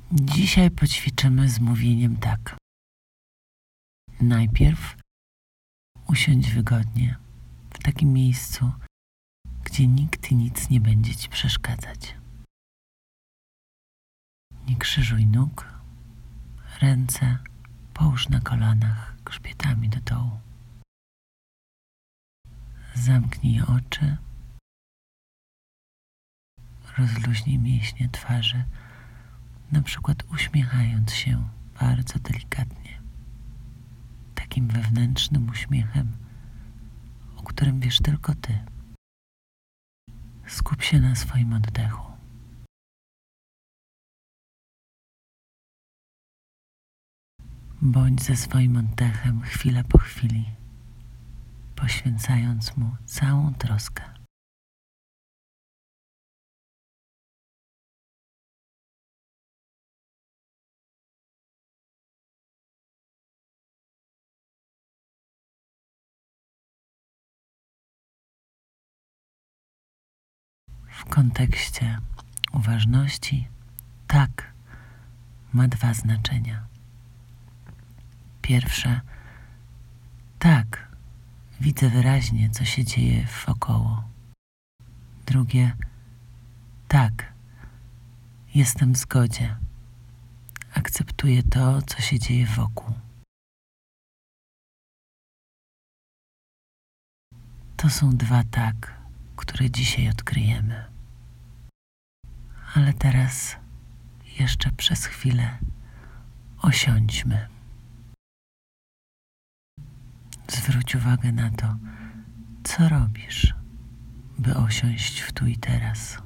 Dzisiaj poćwiczymy z mówieniem tak. Najpierw usiądź wygodnie w takim miejscu, gdzie nikt i nic nie będzie ci przeszkadzać. Nie krzyżuj nóg, ręce połóż na kolanach grzbietami do dołu. Zamknij oczy, rozluźnij mięśnie twarzy, na przykład uśmiechając się bardzo delikatnie, takim wewnętrznym uśmiechem, o którym wiesz tylko ty. Skup się na swoim oddechu. Bądź ze swoim oddechem chwilę po chwili, poświęcając mu całą troskę. W kontekście uważności tak ma dwa znaczenia. Pierwsze, tak, widzę wyraźnie, co się dzieje wokoło. Drugie, tak, jestem w zgodzie. Akceptuję to, co się dzieje wokół. To są dwa tak, które dzisiaj odkryjemy. Ale teraz jeszcze przez chwilę osiądźmy. Zwróć uwagę na to, co robisz, by osiąść w tu i teraz.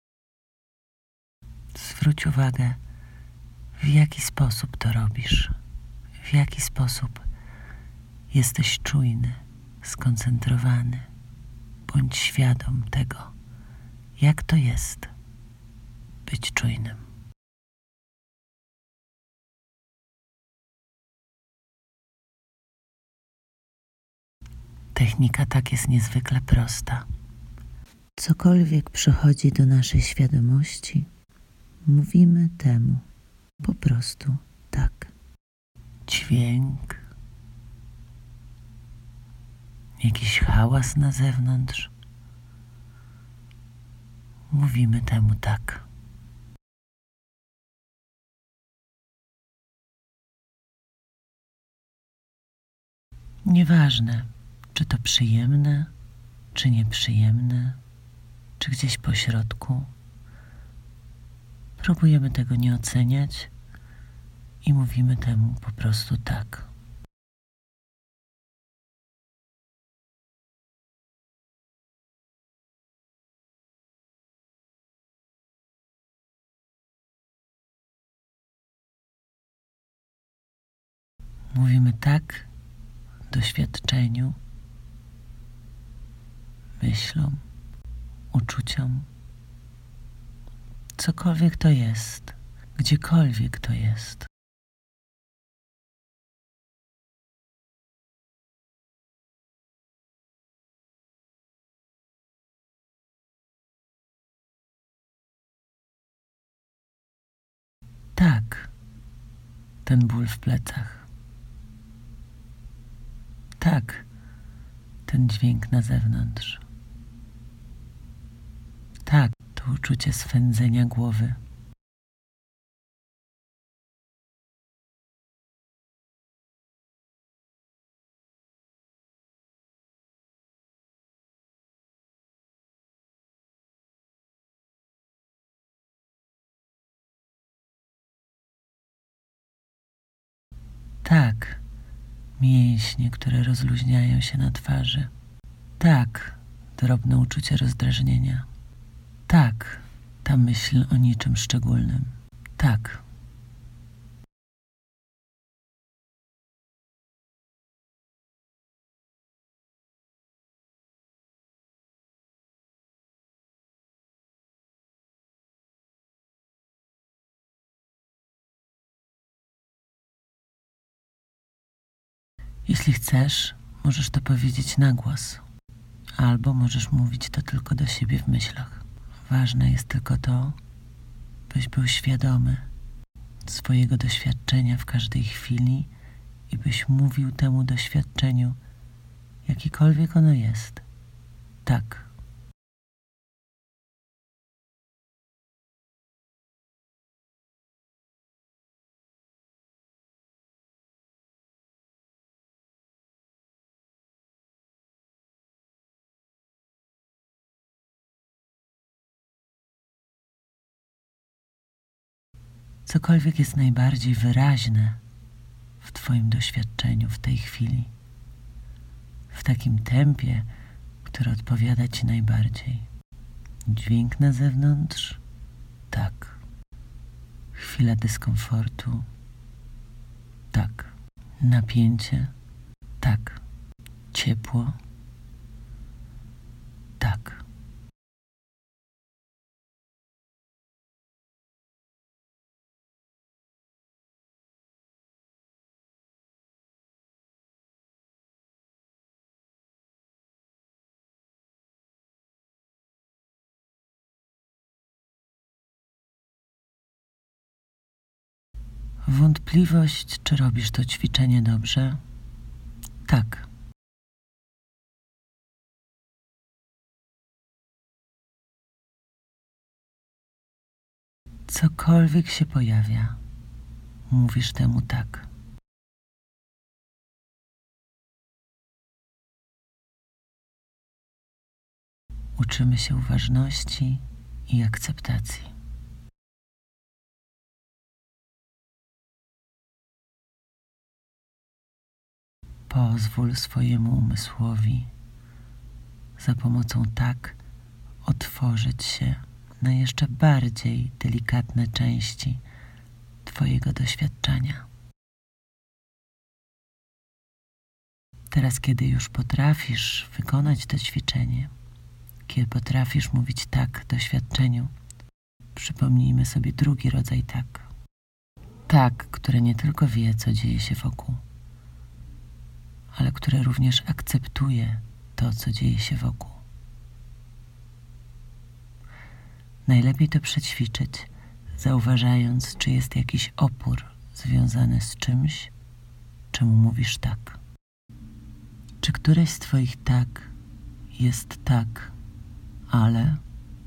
Zwróć uwagę, w jaki sposób to robisz, w jaki sposób jesteś czujny, skoncentrowany, bądź świadom tego, jak to jest być czujnym. Technika tak jest niezwykle prosta. Cokolwiek przychodzi do naszej świadomości, mówimy temu po prostu tak. Dźwięk, jakiś hałas na zewnątrz, mówimy temu tak. Nieważne, czy to przyjemne, czy nieprzyjemne, czy gdzieś po środku. Próbujemy tego nie oceniać i mówimy temu po prostu tak. Mówimy tak doświadczeniu, myślom, uczuciom, cokolwiek to jest, gdziekolwiek to jest. Tak, ten ból w plecach. Tak, ten dźwięk na zewnątrz. Tak, to uczucie swędzenia głowy. Tak, mięśnie, które rozluźniają się na twarzy. Tak, drobne uczucie rozdrażnienia. Tak, ta myśl o niczym szczególnym. Tak. Jeśli chcesz, możesz to powiedzieć na głos, albo możesz mówić to tylko do siebie w myślach. Ważne jest tylko to, byś był świadomy, swojego doświadczenia w każdej chwili i byś mówił temu doświadczeniu, jakiekolwiek ono jest, tak. Cokolwiek jest najbardziej wyraźne w Twoim doświadczeniu w tej chwili, w takim tempie, które odpowiada Ci najbardziej. Dźwięk na zewnątrz? Tak. Chwila dyskomfortu? Tak. Napięcie? Tak. Ciepło? Tak. Wątpliwość, czy robisz to ćwiczenie dobrze? Tak. Cokolwiek się pojawia, mówisz temu tak. Uczymy się uważności i akceptacji. Pozwól swojemu umysłowi za pomocą tak otworzyć się na jeszcze bardziej delikatne części Twojego doświadczenia. Teraz, kiedy już potrafisz wykonać to ćwiczenie, kiedy potrafisz mówić tak doświadczeniu, przypomnijmy sobie drugi rodzaj tak. Tak, które nie tylko wie, co dzieje się wokół, ale które również akceptuje to, co dzieje się wokół. Najlepiej to przećwiczyć, zauważając, czy jest jakiś opór związany z czymś, czemu mówisz tak. Czy któreś z Twoich tak jest tak, ale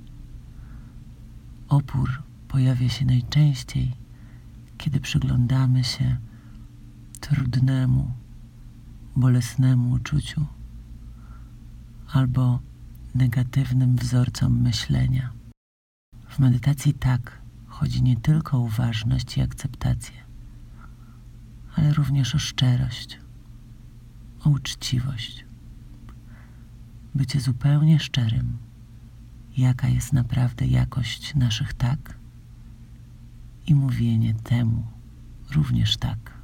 opór pojawia się najczęściej, kiedy przyglądamy się trudnemu, bolesnemu uczuciu albo negatywnym wzorcom myślenia. W medytacji tak chodzi nie tylko o uważność i akceptację, ale również o szczerość, o uczciwość. Bycie zupełnie szczerym, jaka jest naprawdę jakość naszych tak i mówienie temu również tak.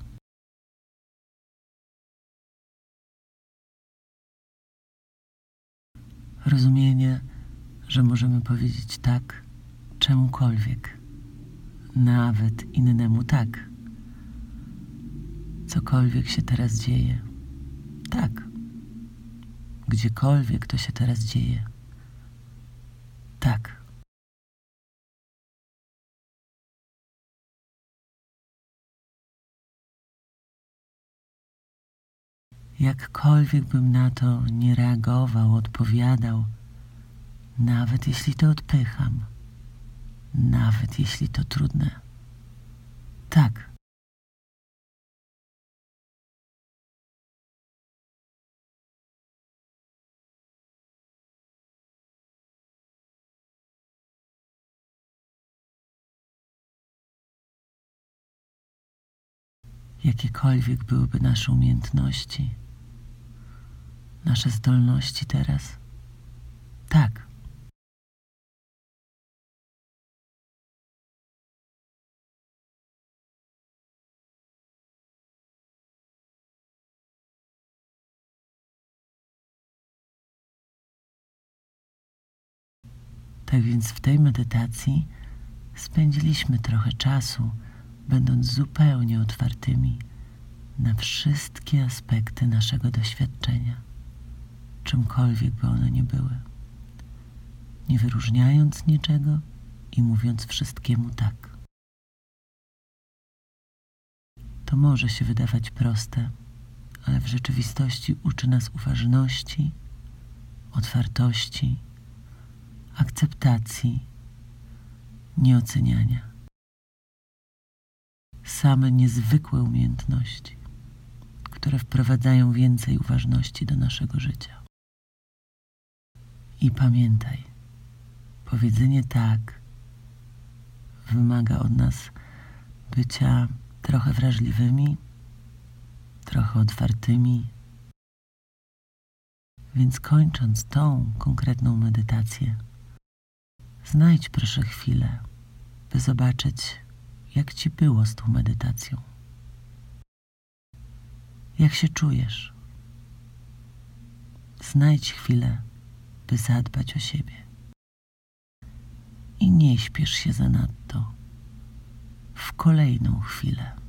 Rozumienie, że możemy powiedzieć tak czemukolwiek, nawet innemu tak. Cokolwiek się teraz dzieje, tak. Gdziekolwiek to się teraz dzieje, tak. Jakkolwiek bym na to nie reagował, odpowiadał, nawet jeśli to odpycham, nawet jeśli to trudne, tak. Jakiekolwiek byłyby nasze umiejętności, nasze zdolności teraz, tak. Tak więc w tej medytacji spędziliśmy trochę czasu, będąc zupełnie otwartymi na wszystkie aspekty naszego doświadczenia, czymkolwiek by one nie były, nie wyróżniając niczego i mówiąc wszystkiemu tak. To może się wydawać proste, ale w rzeczywistości uczy nas uważności, otwartości, akceptacji, nieoceniania. Same niezwykłe umiejętności, które wprowadzają więcej uważności do naszego życia. I pamiętaj, powiedzenie tak wymaga od nas bycia trochę wrażliwymi, trochę otwartymi. Więc kończąc tą konkretną medytację, znajdź proszę chwilę, by zobaczyć, jak ci było z tą medytacją. Jak się czujesz? Znajdź chwilę, by zadbać o siebie. I nie śpiesz się zanadto w kolejną chwilę.